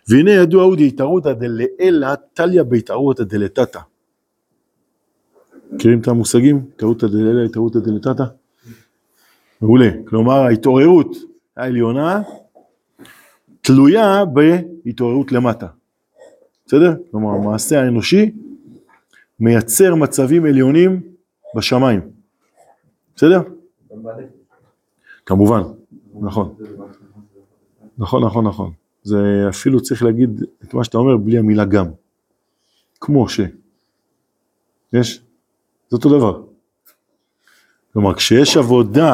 והנה ידוע הוא דהתערותא דלעילא תליא בהתערותא דלתתא. מכירים את המושגים? התערותא דלעילא, התערותא דלתתא? מעולה. כלומר, ההתעוררות העליונה תלויה בהתעוררות למטה. בסדר? כלומר, המעשה האנושי מייצר מצבים עליונים בשמיים. בסדר? כמובן. נכון. נכון. זה אפילו צריך להגיד את מה שאתה אומר בלי המילה גם. כמו ש. יש? זה אותו דבר. כלומר, כשיש עבודה,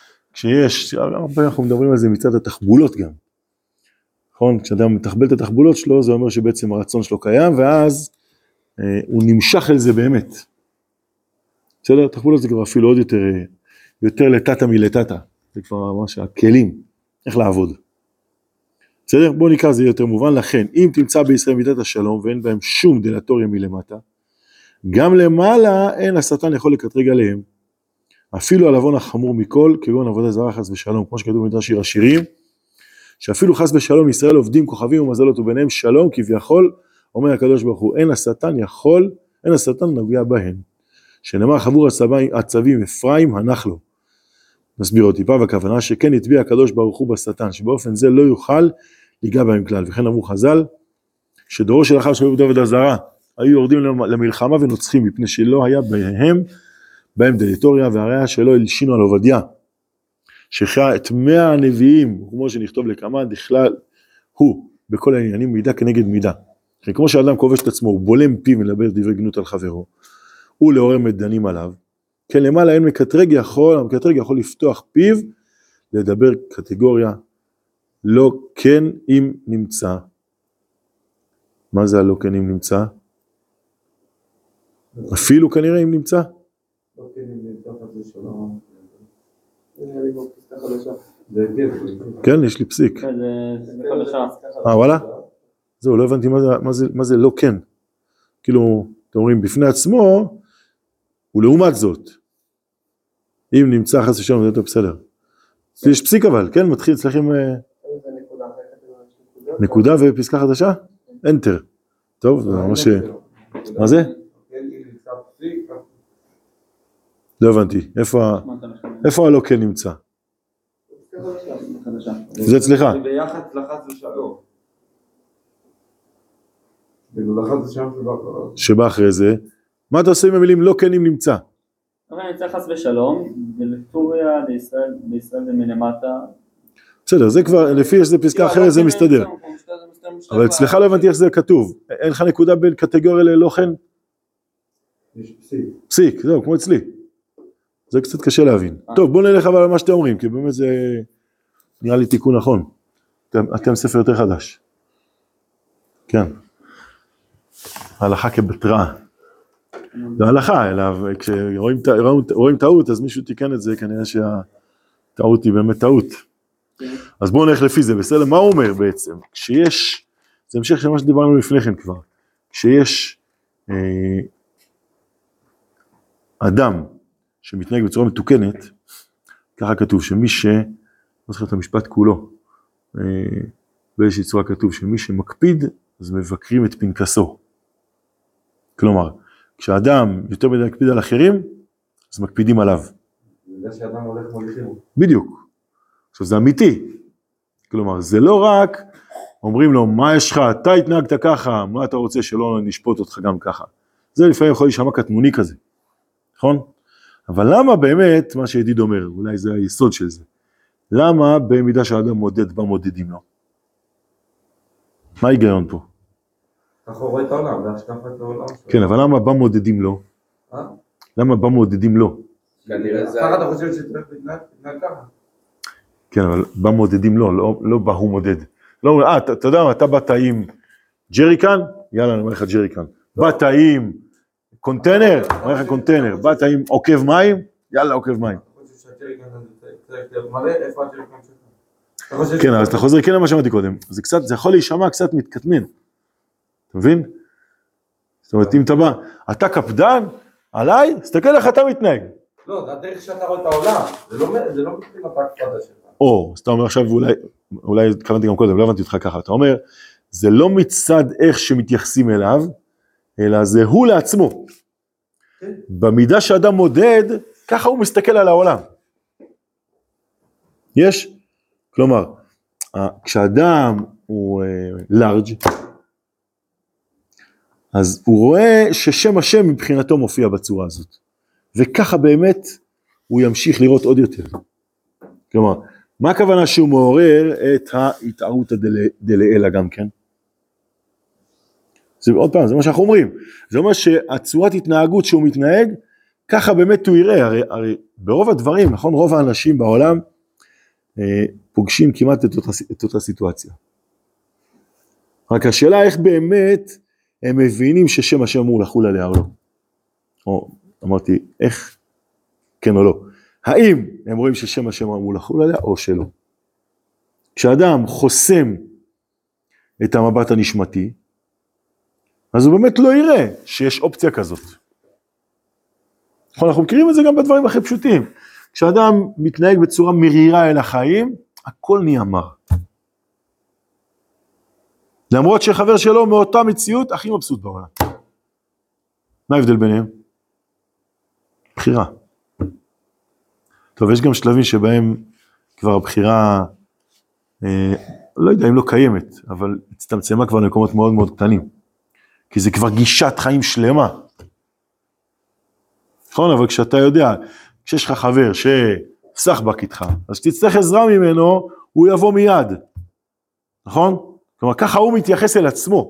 אנחנו מדברים על זה מצד התחבולות גם. נכון? כשאדם מתחבל את התחבולות שלו, זה אומר שבעצם הרצון שלו קיים, ואז הוא נמשך אל זה באמת. בסדר? תחבולות זה כבר אפילו עוד יותר לטאטה מלטאטה. זה כבר ממש הכלים, איך לעבוד. בסדר? בואו נקרא זה יותר מובן. לכן, אם תמצא בישראל מידת השלום, ואין בהם שום דלטוריה מלמטה, גם למעלה אין השטן יכול לקטרג עליהם. אפילו הלבון החמור מכל, כגון עבודה זרה חס ושלום, כמו שכתוב במדרש שיר השירים, שאפילו חס ושלום ישראל עובדים כוכבים ומזלות וביניהם שלום, כביכול, אומר הקדוש ברוך הוא, אין השטן נוגע בהן. שנאמר חבור הצבים אפרים הנח לו. נסביר עוד טיפה, והכוונה שכן יטביע הקדוש ברוך הוא בשטן, שבאופן זה לא יוכל ליגע בהם כלל. וכן אמרו חז"ל, שדורו של אחר שהיו עבודה זרה, היו יורדים למלחמה ונוצחים, מפני שלא היה בהם דלטוריה, והראיה שלא הלשינו על עובדיה, שחיה את 100 הנביאים, כמו שנכתוב לכמה, בכלל הוא בכל העניינים מידה כנגד מידה. כמו שאדם כובש את עצמו, הוא בולם פיו ולדבר דברי גנות על חברו, הוא לעורר מדנים עליו, כן למעלה אין המקטרג יכול לפתוח פיו, לדבר קטגוריה, לא כן אם נמצא. מה זה הלא כן אם נמצא? אפילו כנראה אם נמצא. לא כן אם נמצא חד ושלום. כן, יש לי פסיק. וואלה? זהו, לא הבנתי מה זה לא כן. כאילו, אתם אומרים, בפני עצמו, ולעומת זאת, אם נמצא חס ושלום, זה יותר בסדר. יש פסיק אבל, כן? מתחיל אצלכם נקודה ופסקה חדשה? Enter. טוב, זה ממש... מה זה? לא הבנתי, איפה הלא כן נמצא? זה אצלך. זה ביחד לחץ ושלום. שבא אחרי זה, מה אתה עושה עם המילים לא כן אם נמצא? נמצא חס ושלום, ולטוריה לישראל ומלמטה. בסדר, זה כבר, לפי איזה פסקה אחרת זה מסתדר. אבל אצלך לא הבנתי איך זה כתוב. אין לך נקודה בין קטגוריה ללא כן? יש פסיק. פסיק, זהו, כמו אצלי. זה קצת קשה להבין. טוב, בואו נלך אבל על מה שאתם אומרים, כי באמת זה נראה לי תיקון נכון. אתם ספר יותר חדש. כן. ההלכה כבתראה. זה הלכה, אלא כשרואים טעות, אז מישהו תיקן את זה, כנראה שהטעות היא באמת טעות. אז בואו נלך לפי זה, בסדר? מה הוא אומר בעצם? כשיש, זה המשך של מה שדיברנו לפני כן כבר, כשיש אדם שמתנהג בצורה מתוקנת, ככה כתוב שמי לא זוכר את המשפט כולו, באיזושהי צורה כתוב שמי שמקפיד, אז מבקרים את פנקסו. כלומר, כשאדם יותר מדי מקפיד על אחרים, אז מקפידים עליו. זה שאדם הולך מוליכים. בדיוק. עכשיו זה אמיתי. כלומר, זה לא רק, אומרים לו, מה יש לך? אתה התנהגת ככה, מה אתה רוצה שלא נשפוט אותך גם ככה? זה לפעמים יכול להישמע קטנוני כזה. נכון? אבל למה באמת, מה שידיד אומר, אולי זה היסוד של זה, למה במידה שהאדם מודד, במודדים לו? מה ההיגיון פה? ככה רואה את העולם, זה השקפת העולם. כן, אבל למה במודדים לו? למה במודדים לו? ככה אתה חושב שצריך להתנהג ככה? כן, אבל במודדים לו, לא בה הוא מודד. לא אומר, אתה יודע מה, אתה באת עם ג'ריקן? יאללה, אני אומר לך ג'ריקן. באת עם קונטיינר? אני אומר לך קונטיינר. באת עם עוקב מים? יאללה, עוקב מים. כן, אז אתה חוזר, כן, מה שמעתי קודם. זה יכול להישמע קצת מתקטמן. אתה מבין? זאת אומרת, אם אתה בא, אתה קפדן, עליי, תסתכל איך אתה מתנהג. לא, זה הדרך שאתה רואה את העולם. זה לא מתחיל אתה הקפדה שלך. או, אז אתה אומר עכשיו, אולי התכוונתי גם קודם, לא הבנתי אותך ככה. אתה אומר, זה לא מצד איך שמתייחסים אליו, אלא זה הוא לעצמו. במידה שאדם מודד, ככה הוא מסתכל על העולם. יש? כלומר, כשאדם הוא לארג', אז הוא רואה ששם השם מבחינתו מופיע בצורה הזאת. וככה באמת הוא ימשיך לראות עוד יותר. כלומר, מה הכוונה שהוא מעורר את ההתערות דלאלה גם כן? זה עוד פעם, זה מה שאנחנו אומרים. זה אומר שהצורת התנהגות שהוא מתנהג, ככה באמת הוא יראה. הרי ברוב הדברים, נכון, רוב האנשים בעולם פוגשים כמעט את אותה סיטואציה. רק השאלה איך באמת הם מבינים ששם השם אמור לחול עליה או לא. או אמרתי, איך? כן או לא. האם הם רואים ששם השם אמור לחול עליה או שלא? כשאדם חוסם את המבט הנשמתי, אז הוא באמת לא יראה שיש אופציה כזאת. אנחנו מכירים את זה גם בדברים הכי פשוטים. כשאדם מתנהג בצורה מרירה אל החיים, הכל נהיה מר. למרות שחבר שלו מאותה מציאות הכי מבסוט בעולם. מה ההבדל ביניהם? בחירה. טוב, יש גם שלבים שבהם כבר הבחירה, לא יודע אם לא קיימת, אבל הצטמצמה כבר למקומות מאוד מאוד קטנים. כי זה כבר גישת חיים שלמה. נכון, אבל כשאתה יודע, כשיש לך חבר שסחבק איתך, אז כשתצטרך עזרה ממנו, הוא יבוא מיד. נכון? כלומר, ככה הוא מתייחס אל עצמו.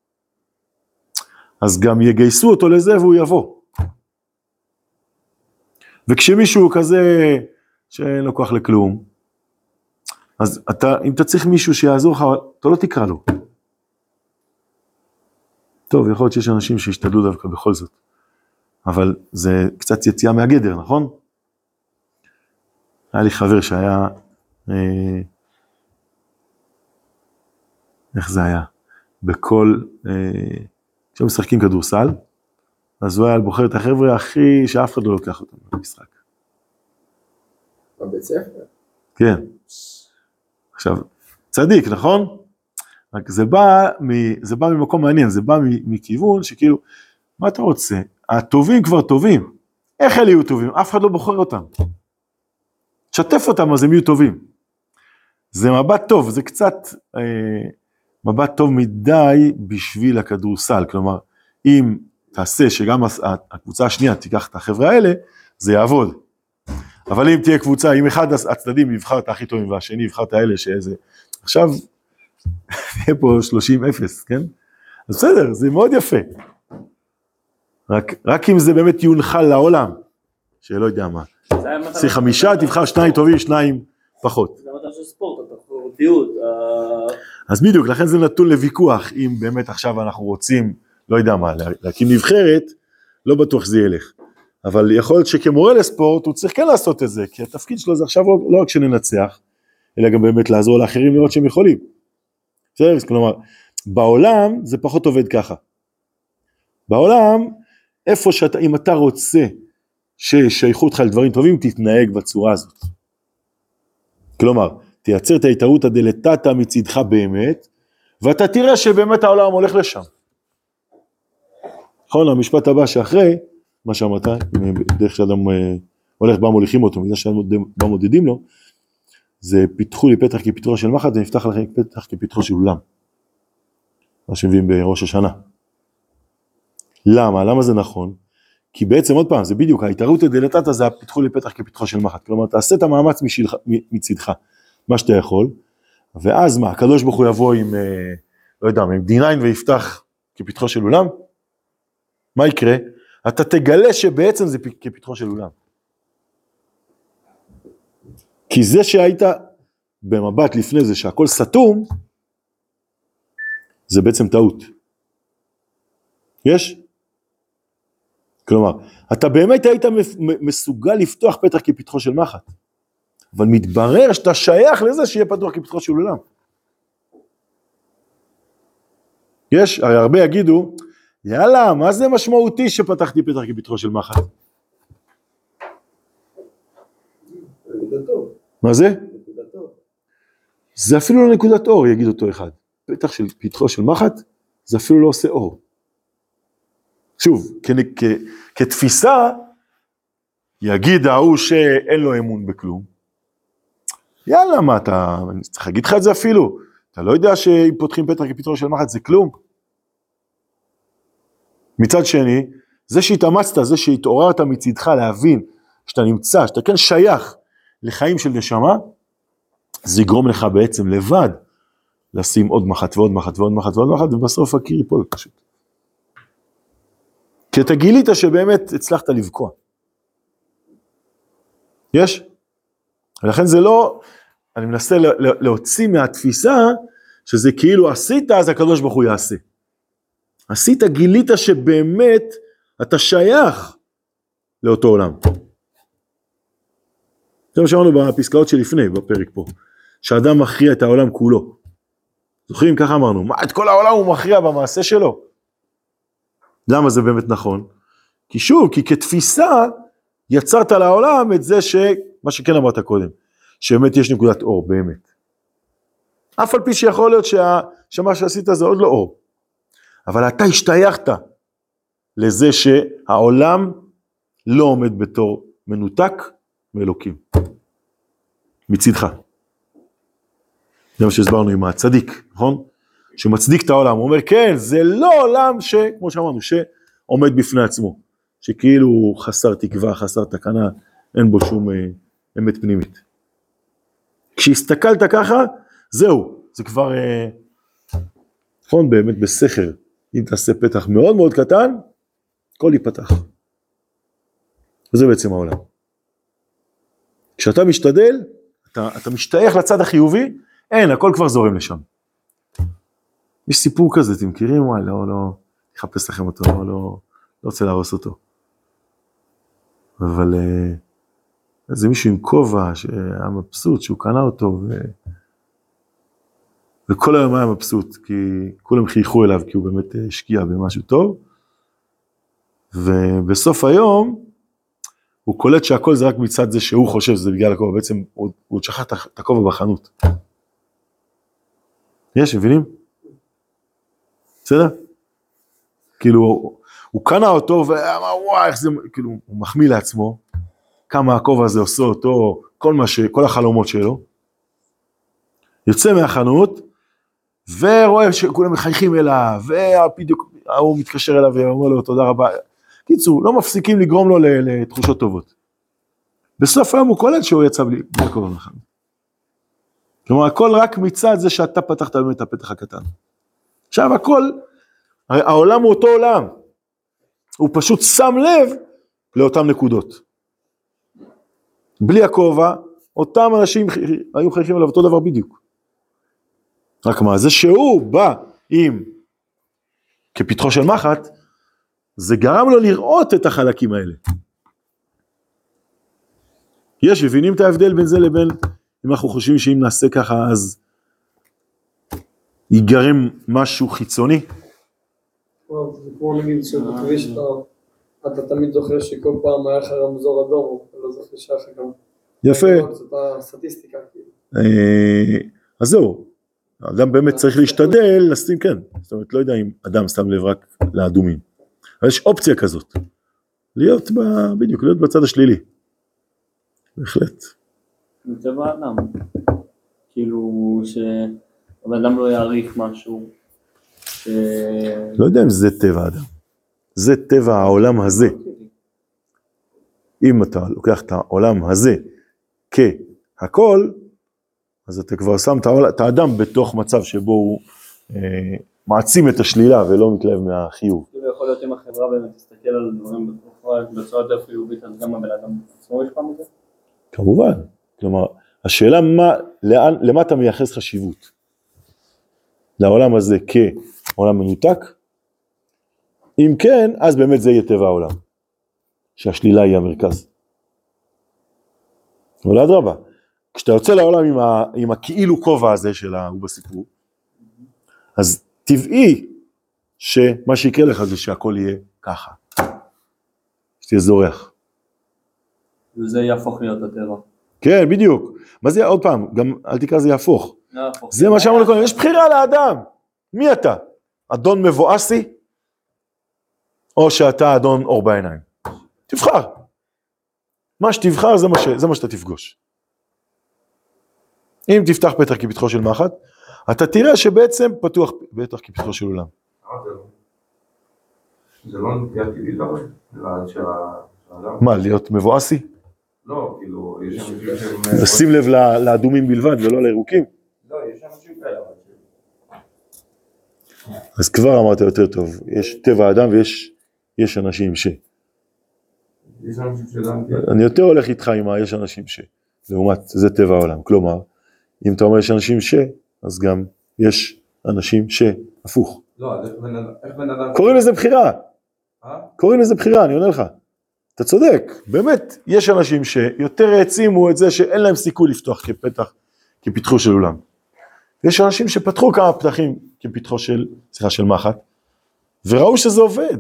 אז גם יגייסו אותו לזה והוא יבוא. וכשמישהו כזה שאין לו כוח לכלום, אז אם אתה צריך מישהו שיעזור לך, אתה לא תקרא לו. טוב, יכול להיות שיש אנשים שישתדלו דווקא בכל זאת. אבל זה קצת יציאה מהגדר, נכון? היה לי חבר שהיה, איך זה היה? בכל, כשהם משחקים כדורסל, אז הוא היה בוחר את החבר'ה הכי, שאף אחד לא לוקח אותם במשחק. בבית ספר? כן. עכשיו, צדיק, נכון? רק זה בא ממקום מעניין, זה בא מכיוון שכאילו, מה אתה רוצה? הטובים כבר טובים. איך אלה יהיו טובים? אף אחד לא בוחר אותם. תשתף אותם, אז הם יהיו טובים. זה מבט טוב, זה קצת מבט טוב מדי בשביל הכדורסל. כלומר, אם תעשה שגם הקבוצה השנייה תיקח את החבר'ה האלה, זה יעבוד. אבל אם תהיה קבוצה, אם אחד הצדדים יבחר את הכי טובים, והשני יבחר את האלה שאיזה, עכשיו, יהיה פה 30-0, כן? אז בסדר, זה מאוד יפה. רק אם זה באמת יונחל לעולם, שלא יודע מה. זה 5, תבחר 2 טובים, 2 פחות. זה המטרה של ספורט, התחרותיות. אז בדיוק, לכן זה נתון לוויכוח, אם באמת עכשיו אנחנו רוצים, לא יודע מה, להקים נבחרת, לא בטוח שזה ילך. אבל יכול להיות שכמורה לספורט, הוא צריך כן לעשות את זה, כי התפקיד שלו זה עכשיו לא רק שננצח, אלא גם באמת לעזור לאחרים לראות שהם יכולים. בסדר? כלומר, בעולם זה פחות עובד ככה. בעולם, איפה שאתה, אם אתה רוצה ששייכו אותך לדברים טובים, תתנהג בצורה הזאת. כלומר, תייצר את ההתערות הדלתתא מצדך באמת, ואתה תראה שבאמת העולם הולך לשם. נכון, המשפט הבא שאחרי, מה שאמרת, דרך שאדם הולך בה מוליכים אותו, מזה שאדם בה מודדים לו, זה פיתחו לי פתח כפתחו של מחט, ונפתח לכם פתח כפתחו של אולם. מה שמביאים בראש השנה. למה? למה זה נכון? כי בעצם עוד פעם, זה בדיוק, ההתערות הדלתתא זה פיתחו לי פתח כפתחו של מחט. כלומר, תעשה את המאמץ מצדך, מה שאתה יכול, ואז מה, הקדוש ברוך הוא יבוא עם, לא יודע, עם D9 ויפתח כפתחו של אולם? מה יקרה? אתה תגלה שבעצם זה כפתחו של אולם. כי זה שהיית במבט לפני זה שהכל סתום, זה בעצם טעות. יש? כלומר, אתה באמת היית מסוגל לפתוח פתח כפתחו של מחט, אבל מתברר שאתה שייך לזה שיהיה פתוח כפתחו של עולם. יש? הרי הרבה יגידו, יאללה, מה זה משמעותי שפתחתי פתח כפתחו של מחט? מה זה? זה אפילו לא נקודת אור, יגיד אותו אחד. פתח של פתחו של מחט, זה אפילו לא עושה אור. שוב, כתפיסה, יגיד ההוא שאין לו אמון בכלום. יאללה, מה אתה, אני צריך להגיד לך את זה אפילו. אתה לא יודע שאם פותחים פתח כפתחו של מחט זה כלום. מצד שני, זה שהתאמצת, זה שהתעוררת מצדך להבין שאתה נמצא, שאתה כן שייך לחיים של נשמה, זה יגרום לך בעצם לבד לשים עוד מחט ועוד מחט ועוד מחט ועוד מחט, ובסוף הקיר ייפול פשוט. כי אתה גילית שבאמת הצלחת לבקוע. יש? ולכן זה לא, אני מנסה להוציא מהתפיסה, שזה כאילו עשית, אז הקדוש ברוך הוא יעשה. עשית, גילית שבאמת אתה שייך לאותו עולם. זה מה שאמרנו בפסקאות שלפני, בפרק פה, שאדם מכריע את העולם כולו. זוכרים? ככה אמרנו, מה, את כל העולם הוא מכריע במעשה שלו? למה זה באמת נכון? כי שוב, כי כתפיסה, יצרת לעולם את זה מה שכן אמרת קודם, שבאמת יש נקודת אור, באמת. אף על פי שיכול להיות שמה שעשית זה עוד לא אור. אבל אתה השתייכת לזה שהעולם לא עומד בתור מנותק מאלוקים. מצדך. זה מה שהסברנו עם הצדיק, נכון? שמצדיק את העולם. הוא אומר, כן, זה לא עולם כמו שאמרנו, שעומד בפני עצמו. שכאילו הוא חסר תקווה, חסר תקנה, אין בו שום אמת פנימית. כשהסתכלת ככה, זהו, זה כבר, נכון, באמת בסכר, אם תעשה פתח מאוד מאוד קטן, הכל ייפתח. וזה בעצם העולם. כשאתה משתדל, אתה משתייך לצד החיובי, אין, הכל כבר זורם לשם. יש סיפור כזה, אתם מכירים? וואי, לא, אחפש לכם אותו, לא רוצה להרוס אותו. אבל זה מישהו עם כובע שהיה מבסוט, שהוא קנה אותו, וכל היום היה מבסוט, כי כולם חייכו אליו, כי הוא באמת השקיע במשהו טוב, ובסוף היום, הוא קולט שהכל זה רק מצד זה שהוא חושב שזה בגלל הכובע, בעצם הוא שכח את הכובע בחנות. יש, מבינים? בסדר? כאילו, הוא קנה אותו ואמר, וואי, איך זה, כאילו, הוא מחמיא לעצמו, כמה הכובע הזה עושה אותו, כל החלומות שלו, יוצא מהחנות, ורואה שכולם מחייכים אליו, ובדיוק הוא מתקשר אליו ואומר לו, תודה רבה. קיצור, לא מפסיקים לגרום לו לתחושות טובות. בסוף היום הוא קולט שהוא יצא בלי הכובע מהחנות. כלומר, הכל רק מצד זה שאתה פתחת באמת את הפתח הקטן. עכשיו, הכל, העולם הוא אותו עולם. הוא פשוט שם לב לאותם נקודות. בלי הכובע, אותם אנשים היו חייכים עליו אותו דבר בדיוק. רק מה, זה שהוא בא כפתחו של מחט, זה גרם לו לראות את החלקים האלה. יש, מבינים את ההבדל בין זה לבין, אם אנחנו חושבים שאם נעשה ככה, אז ייגרם משהו חיצוני. זה כמו נגיד שבכביש אתה תמיד זוכר שכל פעם היה לך רמזור אדום, לא זוכר שהיה לך גם... יפה. זאת הסטטיסטיקה. אז זהו, האדם באמת צריך להשתדל, לשים כן. זאת אומרת, לא יודע אם אדם שם לב רק לאדומים. אבל יש אופציה כזאת. להיות בדיוק, להיות בצד השלילי. בהחלט. זה באדם. כאילו שהאדם לא יעריך משהו. לא יודע אם זה טבע האדם. זה טבע העולם הזה. אם אתה לוקח את העולם הזה כהכל, אז אתה כבר שם את האדם בתוך מצב שבו הוא מעצים את השלילה ולא מתלהב מהחיוב. יכול להיות אם החברה באמת תסתכל על דברים בצורה יותר חיובית, אז גם הבן אדם עצמו יש פעם את זה? כמובן. כלומר, השאלה למה אתה מייחס חשיבות? לעולם הזה כעולם מנותק? אם כן, אז באמת זה יהיה טבע העולם. שהשלילה היא המרכז. אבל אדרבה, כשאתה יוצא לעולם עם הכאילו כובע הזה הוא בסיפור, אז טבעי שמה שיקרה לך זה שהכל יהיה ככה. שתהיה זורח. וזה יהפוך להיות הטבע. כן, בדיוק. מה זה, עוד פעם, גם אל תקרא זה יהפוך. זה מה שאמרנו קודם, יש בחירה לאדם. מי אתה? אדון מבואסי? או שאתה אדון אור בעיניים? תבחר. מה שתבחר זה מה שאתה תפגוש. אם תפתח פתח כפתחו של מחט, אתה תראה שבעצם פתוח פתח כפתחו של עולם. זה לא נטייה טבעית הרי, של האדם. מה, להיות מבואסי? לא, כאילו, יש אנשים שהם... שים לב לאדומים בלבד ולא לירוקים. לא, יש אנשים כאלה. אז כבר אמרת יותר טוב, יש טבע האדם ויש אנשים ש... יש אנשים שגם... אני יותר הולך איתך עם יש אנשים ש... לעומת זה טבע העולם. כלומר, אם אתה אומר יש אנשים ש... אז גם יש אנשים ש... הפוך. לא, אז איך בן אדם... קוראים לזה בחירה. קוראים לזה בחירה, אני עונה לך. אתה צודק, באמת, יש אנשים שיותר העצימו את זה שאין להם סיכוי לפתוח כפתחו של עולם. יש אנשים שפתחו כמה פתחים כפתחו של מחט, וראו שזה עובד.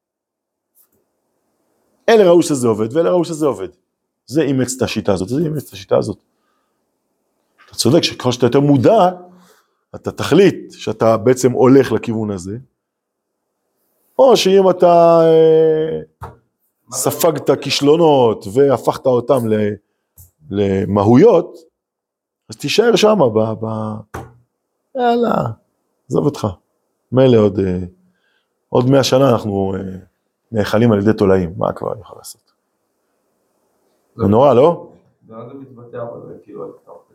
אלה ראו שזה עובד, ואלה ראו שזה עובד. זה אימץ את השיטה הזאת, זה אימץ את השיטה הזאת. אתה צודק שככל שאתה יותר מודע, אתה תחליט שאתה בעצם הולך לכיוון הזה, או שאם אתה ספגת כישלונות והפכת אותם למהויות, אז תישאר שם, יאללה, עזוב אותך. מילא עוד 100 שנה אנחנו נאכלים על ידי תולעים, מה כבר אני יכול לעשות? זה נורא, לא? זה מתבטא, אבל זה כאילו...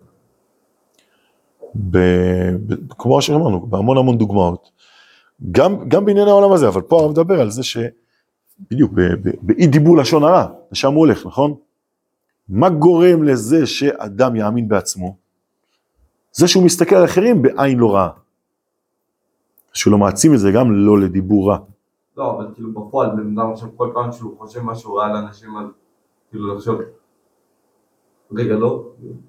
כמו שאמרנו, בהמון דוגמאות. גם בעניין העולם הזה, אבל פה אני מדבר על זה שבדיוק באי דיבור לשון הרע, לשם הוא הולך, נכון? מה גורם לזה שאדם יאמין בעצמו? זה שהוא מסתכל על אחרים בעין לא רעה. שהוא לא מעצים את זה גם לא לדיבור רע. לא, אבל כאילו בפועל, בן אדם עכשיו כל פעם שהוא חושב משהו רע לאנשים, אז כאילו לחשוב, רגע לא?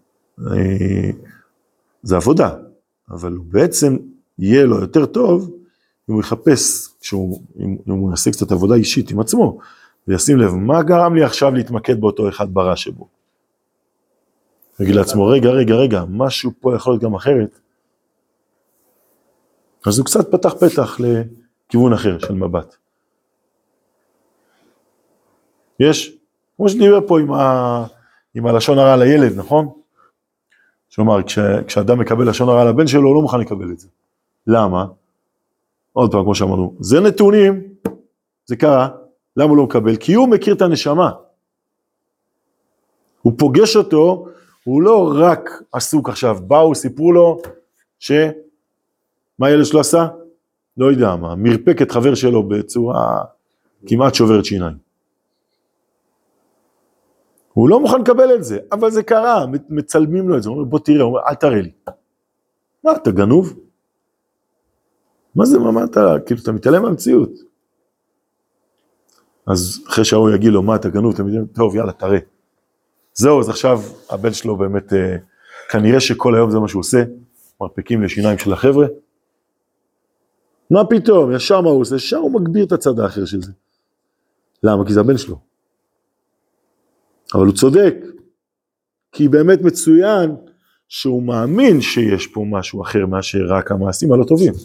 זה עבודה, אבל בעצם יהיה לו יותר טוב אם הוא יחפש, אם הוא יעשה קצת עבודה אישית עם עצמו, וישים לב, מה גרם לי עכשיו להתמקד באותו אחד ברע שבו? יגיד לעצמו, רגע, משהו פה יכול להיות גם אחרת. אז הוא קצת פתח פתח לכיוון אחר של מבט. יש, כמו שדיבר פה עם הלשון הרע לילד, נכון? שאומר, כשאדם מקבל לשון הרע לבן שלו, הוא לא מוכן לקבל את זה. למה? עוד פעם, כמו שאמרנו, זה נתונים, זה קרה, למה הוא לא מקבל? כי הוא מכיר את הנשמה. הוא פוגש אותו, הוא לא רק עסוק עכשיו, באו, סיפרו לו, מה הילד שלו עשה? לא יודע מה, מרפק את חבר שלו בצורה כמעט שוברת שיניים. הוא לא מוכן לקבל את זה, אבל זה קרה, מצלמים לו את זה, הוא אומר, בוא תראה, הוא אומר, אל תראה לי. מה, אתה גנוב? מה זה, מה אתה, כאילו, אתה מתעלם מהמציאות. אז אחרי שהוא יגיד לו, מה אתה גנוב, אתה מתעלם, טוב, יאללה, תראה. זהו, אז עכשיו הבן שלו באמת, כנראה שכל היום זה מה שהוא עושה, מרפקים לשיניים של החבר'ה. מה פתאום, ישר מה הוא עושה, ישר הוא מגביר את הצד האחר של זה. למה? כי זה הבן שלו. אבל הוא צודק, כי באמת מצוין שהוא מאמין שיש פה משהו אחר מאשר רק המעשים הלא טובים.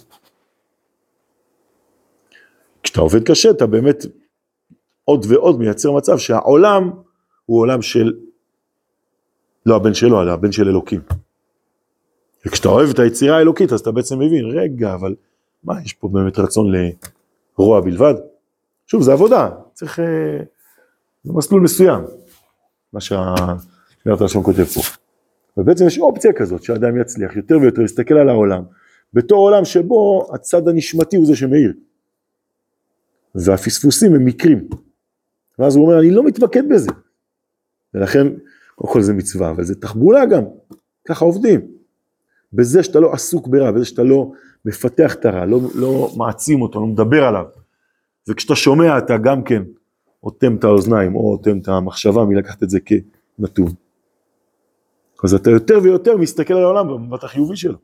כשאתה עובד קשה, אתה באמת עוד ועוד מייצר מצב שהעולם הוא עולם של, לא הבן שלו, אלא הבן של אלוקים. וכשאתה אוהב את היצירה האלוקית, אז אתה בעצם מבין, רגע, אבל מה, יש פה באמת רצון לרוע בלבד? שוב, זה עבודה, צריך, זה מסלול מסוים. מה שהשמירת השם כותב פה. ובעצם יש אופציה כזאת, שהאדם יצליח יותר ויותר להסתכל על העולם, בתור עולם שבו הצד הנשמתי הוא זה שמאיר. והפספוסים הם מקרים. ואז הוא אומר, אני לא מתמקד בזה. ולכן, קודם כל זה מצווה, אבל זה תחבולה גם. ככה עובדים. בזה שאתה לא עסוק ברע, בזה שאתה לא מפתח את הרע, לא מעצים אותו, לא מדבר עליו. וכשאתה שומע, אתה גם כן, אוטם את האוזניים, או אוטם את המחשבה, מלקחת את זה כנתון. אז אתה יותר ויותר מסתכל על העולם במבט החיובי שלו.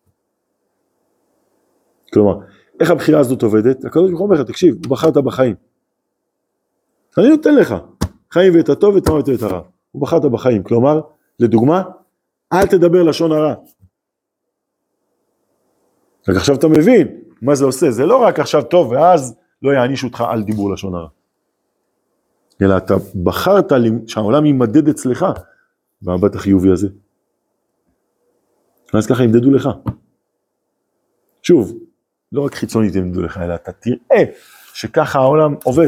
כלומר, איך הבחירה הזאת עובדת? הקדוש ברוך הוא אומר לך, תקשיב, הוא בחרת בחיים. אני נותן לך, חיים ואת הטוב ואת המוות ואת הרע. הוא בחרת בחיים, כלומר, לדוגמה, אל תדבר לשון הרע. רק עכשיו אתה מבין מה זה עושה, זה לא רק עכשיו טוב, ואז לא יעניש אותך על דיבור לשון הרע. אלא אתה בחרת שהעולם יימדד אצלך, במבט החיובי הזה. אז ככה ימדדו לך. שוב, לא רק חיצונית ימדדו לך, אלא אתה תראה שככה העולם עובד.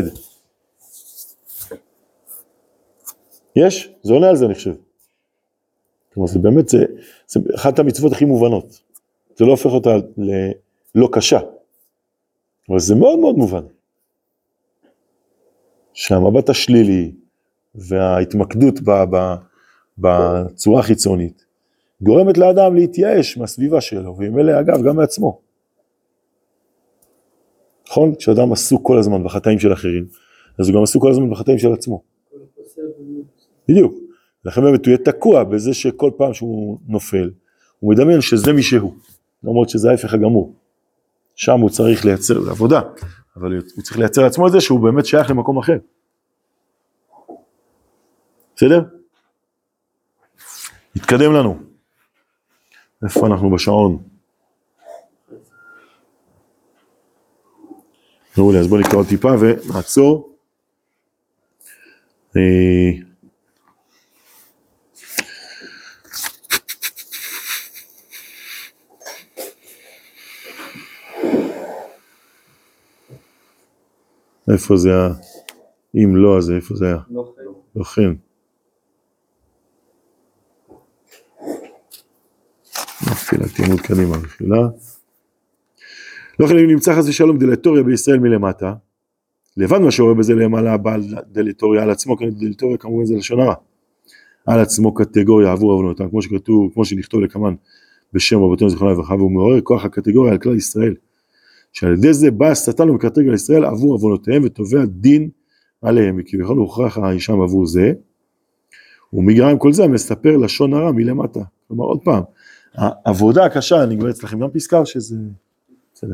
יש? זה עונה על זה אני חושב. כלומר זה באמת, זה אחת המצוות הכי מובנות. זה לא הופך אותה ללא קשה. אבל זה מאוד מאוד מובן. שהמבט השלילי וההתמקדות בצורה החיצונית גורמת לאדם להתייאש מהסביבה שלו, ועם אלה אגב גם מעצמו. נכון? כשאדם עסוק כל הזמן בחטאים של אחרים, אז הוא גם עסוק כל הזמן בחטאים של עצמו. בדיוק. לכן באמת הוא יהיה תקוע בזה שכל פעם שהוא נופל, הוא מדמיין שזה מי שהוא, למרות שזה ההפך הגמור. שם הוא צריך לייצר עבודה, אבל הוא צריך לייצר לעצמו את זה שהוא באמת שייך למקום אחר. בסדר? נתקדם לנו. איפה אנחנו בשעון? מעולה, אז בואו נקרא עוד טיפה ונעצור. איפה זה היה? אם לא, אז איפה זה היה? לא כן. נפילתי עמוד קדימה בחילה. לא כן, אם נמצא חס ושלום דלטוריה בישראל מלמטה, לבד מה שרואה בזה למעלה בעל דלטוריה על עצמו, דלטוריה כמובן זה לשון הרע, על עצמו קטגוריה עבור עוונותם, כמו שכתוב, כמו שנכתוב לקמן בשם רבותינו זיכרונם לברכה, והוא מעורר כוח הקטגוריה על כלל ישראל, שעל ידי זה בא השטן ומקטרג על ישראל עבור עוונותיהם ותובע דין עליהם, כי בכל הוכרח האישם עבור זה, ומגרע עם כל זה מספר לשון הרע מלמטה. כלומר עוד פעם, העבודה הקשה, אני כבר אצלכם גם פסקר שזה, בסדר,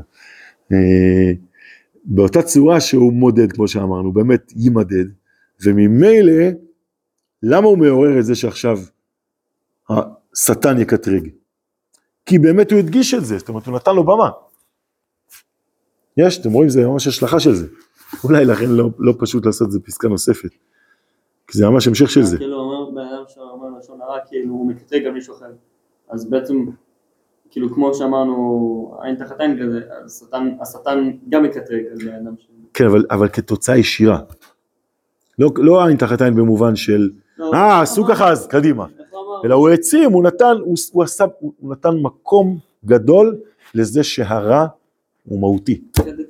באותה צורה שהוא מודד כמו שאמרנו, באמת יימדד, וממילא, למה הוא מעורר את זה שעכשיו השטן יקטרג? כי באמת הוא הדגיש את זה, זאת אומרת הוא נתן לו במה. יש, אתם רואים, זה ממש השלכה של זה. אולי לכן לא פשוט לעשות את זה פסקה נוספת. כי זה ממש המשך של זה. כאילו אומר, באדם שאומר לשון הרע, כאילו הוא מקטרג על מישהו אחר. אז בעצם, כאילו כמו שאמרנו, עין תחת עין כזה, השטן גם מקטרג על האדם שלו. כן, אבל כתוצאה ישירה. לא עין תחת עין במובן של, עשו ככה אז, קדימה. אלא הוא העצים, הוא נתן מקום גדול לזה שהרע הוא מהותי.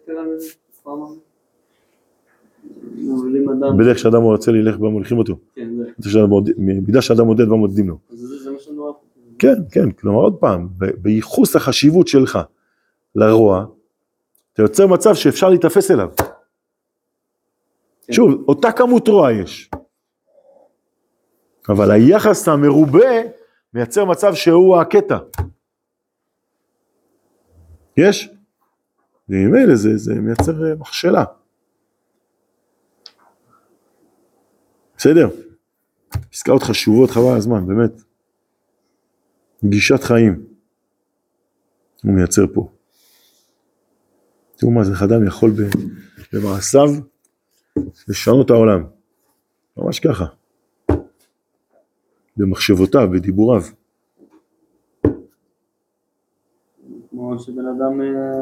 בדרך שאדם רוצה ללך במולכים אותו. במידה שאדם מודד ומודדים לו. זה מה שאני רואה. כן, כן, כלומר עוד פעם, בייחוס החשיבות שלך לרוע, אתה יוצר מצב שאפשר להתאפס אליו. שוב, אותה כמות רוע יש. אבל היחס המרובה מייצר מצב שהוא הקטע. יש? וממילא זה מייצר מכשלה. בסדר? פסקאות חשובות חבל הזמן, באמת. גישת חיים. הוא מייצר פה. תראו מה זה, אדם יכול במעשיו לשנות העולם. ממש ככה. במחשבותיו, בדיבוריו. כמו שבן אדם,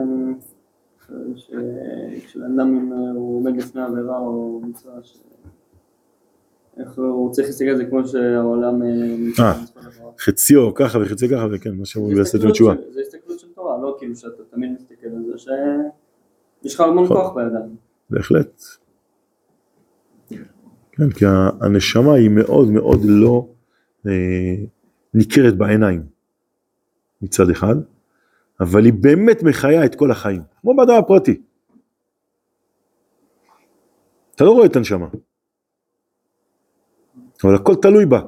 כשבן אדם הוא עומד לפני עבירה או מצווה, איך הוא צריך להסתכל על זה כמו שהעולם... חציו ככה וחציו ככה, וכן, מה שאומרים בעשת ותשובה. זה הסתכלות של תורה, לא כאילו שאתה תמיד מסתכל על זה, שיש לך המון כוח בידיים. בהחלט. כן, כי הנשמה היא מאוד מאוד לא ניכרת בעיניים מצד אחד, אבל היא באמת מחיה את כל החיים, כמו באדם הפרטי. אתה לא רואה את הנשמה, אבל הכל תלוי בה.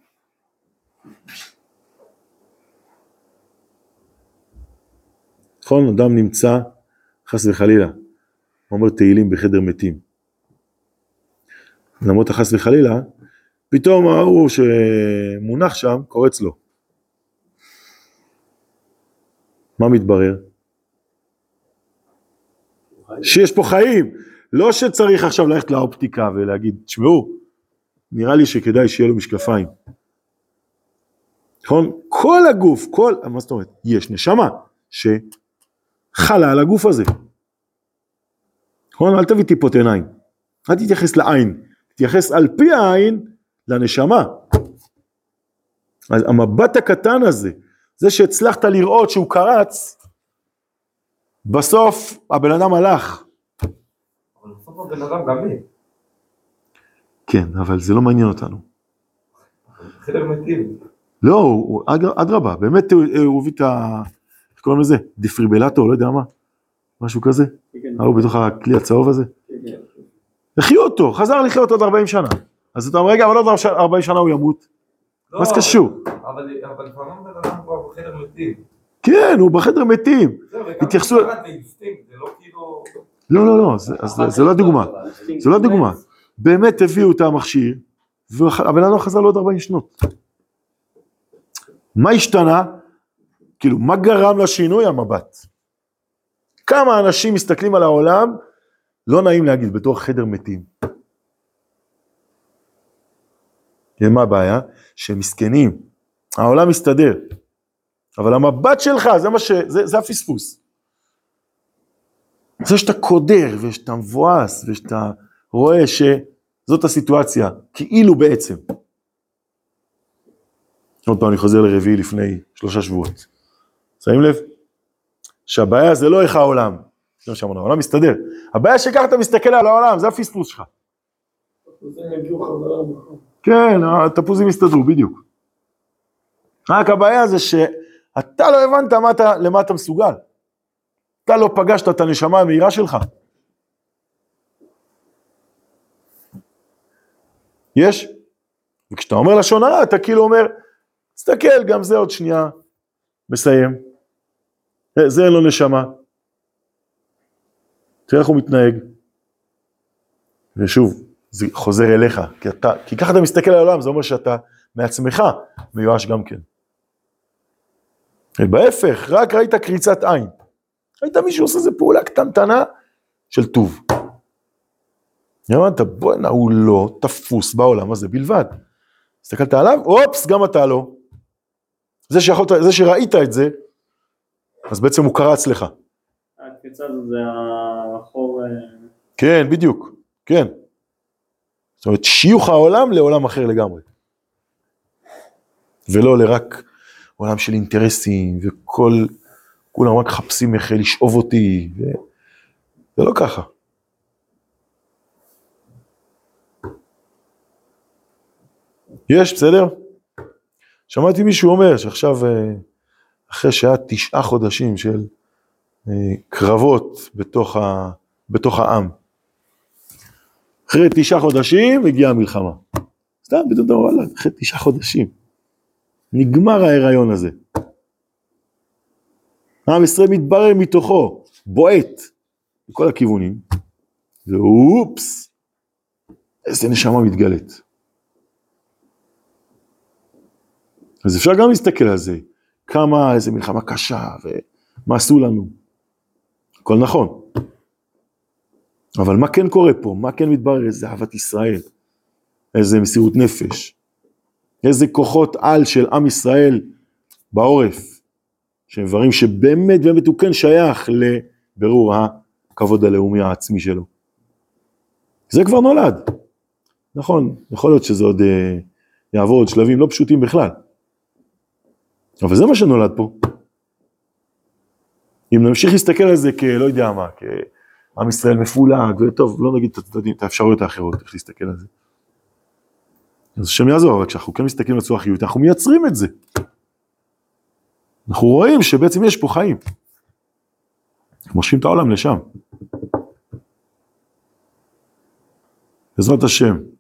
נכון, אדם נמצא חס וחלילה, הוא אומר תהילים בחדר מתים. למרות החס וחלילה, פתאום ההוא שמונח שם קורץ לו. מה מתברר? שיש פה חיים, לא שצריך עכשיו ללכת לאופטיקה ולהגיד, תשמעו, נראה לי שכדאי שיהיה לו משקפיים. נכון? כל הגוף, מה זאת אומרת? יש נשמה שחלה על הגוף הזה. נכון? אל תביא טיפות עיניים. אל תתייחס לעין. תתייחס על פי העין לנשמה. המבט הקטן הזה, זה שהצלחת לראות שהוא קרץ, בסוף הבן אדם הלך. אבל בסוף הבן אדם גם מי. כן, אבל זה לא מעניין אותנו. חדר מתים. לא, אדרבה, באמת הוא הביא את איך קוראים לזה? דפיברילטור, לא יודע מה, משהו כזה. הוא בתוך הכלי הצהוב הזה. החיו אותו, חזר לחיות עוד 40 שנה. אז אתה אומר, רגע, אבל עוד 40 שנה הוא ימות. מה זה קשור? אבל לפעמים בן אדם כבר בחדר מתים. כן, הוא בחדר מתים. התייחסו... זה לא כאילו... לא, זה לא דוגמה. זה לא דוגמה. באמת הביאו את המכשיר, והבן אדם חזר לעוד 40 שנות. מה השתנה? כאילו, מה גרם לשינוי? המבט. כמה אנשים מסתכלים על העולם, לא נעים להגיד, בתור חדר מתים. מה הבעיה? שהם מסכנים. העולם מסתדר. אבל המבט שלך, זה הפספוס. זה שאתה קודר, ושאתה מבואס, ושאתה רואה שזאת הסיטואציה, כאילו בעצם. עוד פעם אני חוזר לרביעי לפני 3 שבועות. שמים לב? שהבעיה זה לא איך העולם. זה מה שאמרנו, העולם מסתדר. הבעיה שכך אתה מסתכל על העולם, זה הפספוס שלך. התפוזים יגיעו חזרה מחר. כן, התפוזים יסתדרו, בדיוק. רק הבעיה זה שאתה לא הבנת למה אתה מסוגל. אתה לא פגשת את הנשמה המהירה שלך. יש? וכשאתה אומר לשון הרע, אתה כאילו אומר, תסתכל, גם זה עוד שנייה, מסיים. זה אין לו נשמה. תראה איך הוא מתנהג. ושוב, זה חוזר אליך, כי ככה אתה מסתכל על העולם, זה אומר שאתה מעצמך מיואש גם כן. בהפך, רק ראית קריצת עין. ראית מישהו עושה איזה פעולה קטנטנה של טוב. אמרת, בוא'נה, הוא לא תפוס בעולם הזה בלבד. הסתכלת עליו, אופס, גם אתה לא. זה שראית את זה, אז בעצם הוא קרץ לך. הקריצה הזו זה החור... כן, בדיוק, כן. זאת אומרת, שיוך העולם לעולם אחר לגמרי. ולא לרק עולם של אינטרסים, וכולם רק חפשים איך לשאוב אותי, זה לא ככה. יש, בסדר? שמעתי מישהו אומר שעכשיו, אחרי שהיה 9 חודשים של קרבות בתוך העם, אחרי 9 חודשים הגיעה המלחמה. סתם, בדיוק דבר, אחרי 9 חודשים. נגמר ההיריון הזה. עם ישראל מתברר מתוכו, בועט, בכל הכיוונים, ואופס, איזה נשמה מתגלת. אז אפשר גם להסתכל על זה, איזה מלחמה קשה, ומה עשו לנו. הכל נכון. אבל מה כן קורה פה? מה כן מתברר? איזה אהבת ישראל, איזה מסירות נפש, איזה כוחות על של עם ישראל בעורף, שהם דברים שבאמת באמת הוא כן שייך לבירור הכבוד הלאומי העצמי שלו. זה כבר נולד. נכון, יכול להיות שזה עוד יעבור עוד שלבים לא פשוטים בכלל. אבל זה מה שנולד פה. אם נמשיך להסתכל על זה כלא יודע מה, עם ישראל מפולג, וטוב, לא נגיד את האפשרויות האחרות, איך להסתכל על זה. אז השם יעזור, אבל כשאנחנו כן מסתכלים בצורה חיובית, אנחנו מייצרים את זה. אנחנו רואים שבעצם יש פה חיים. אנחנו מושכים את העולם לשם. בעזרת השם.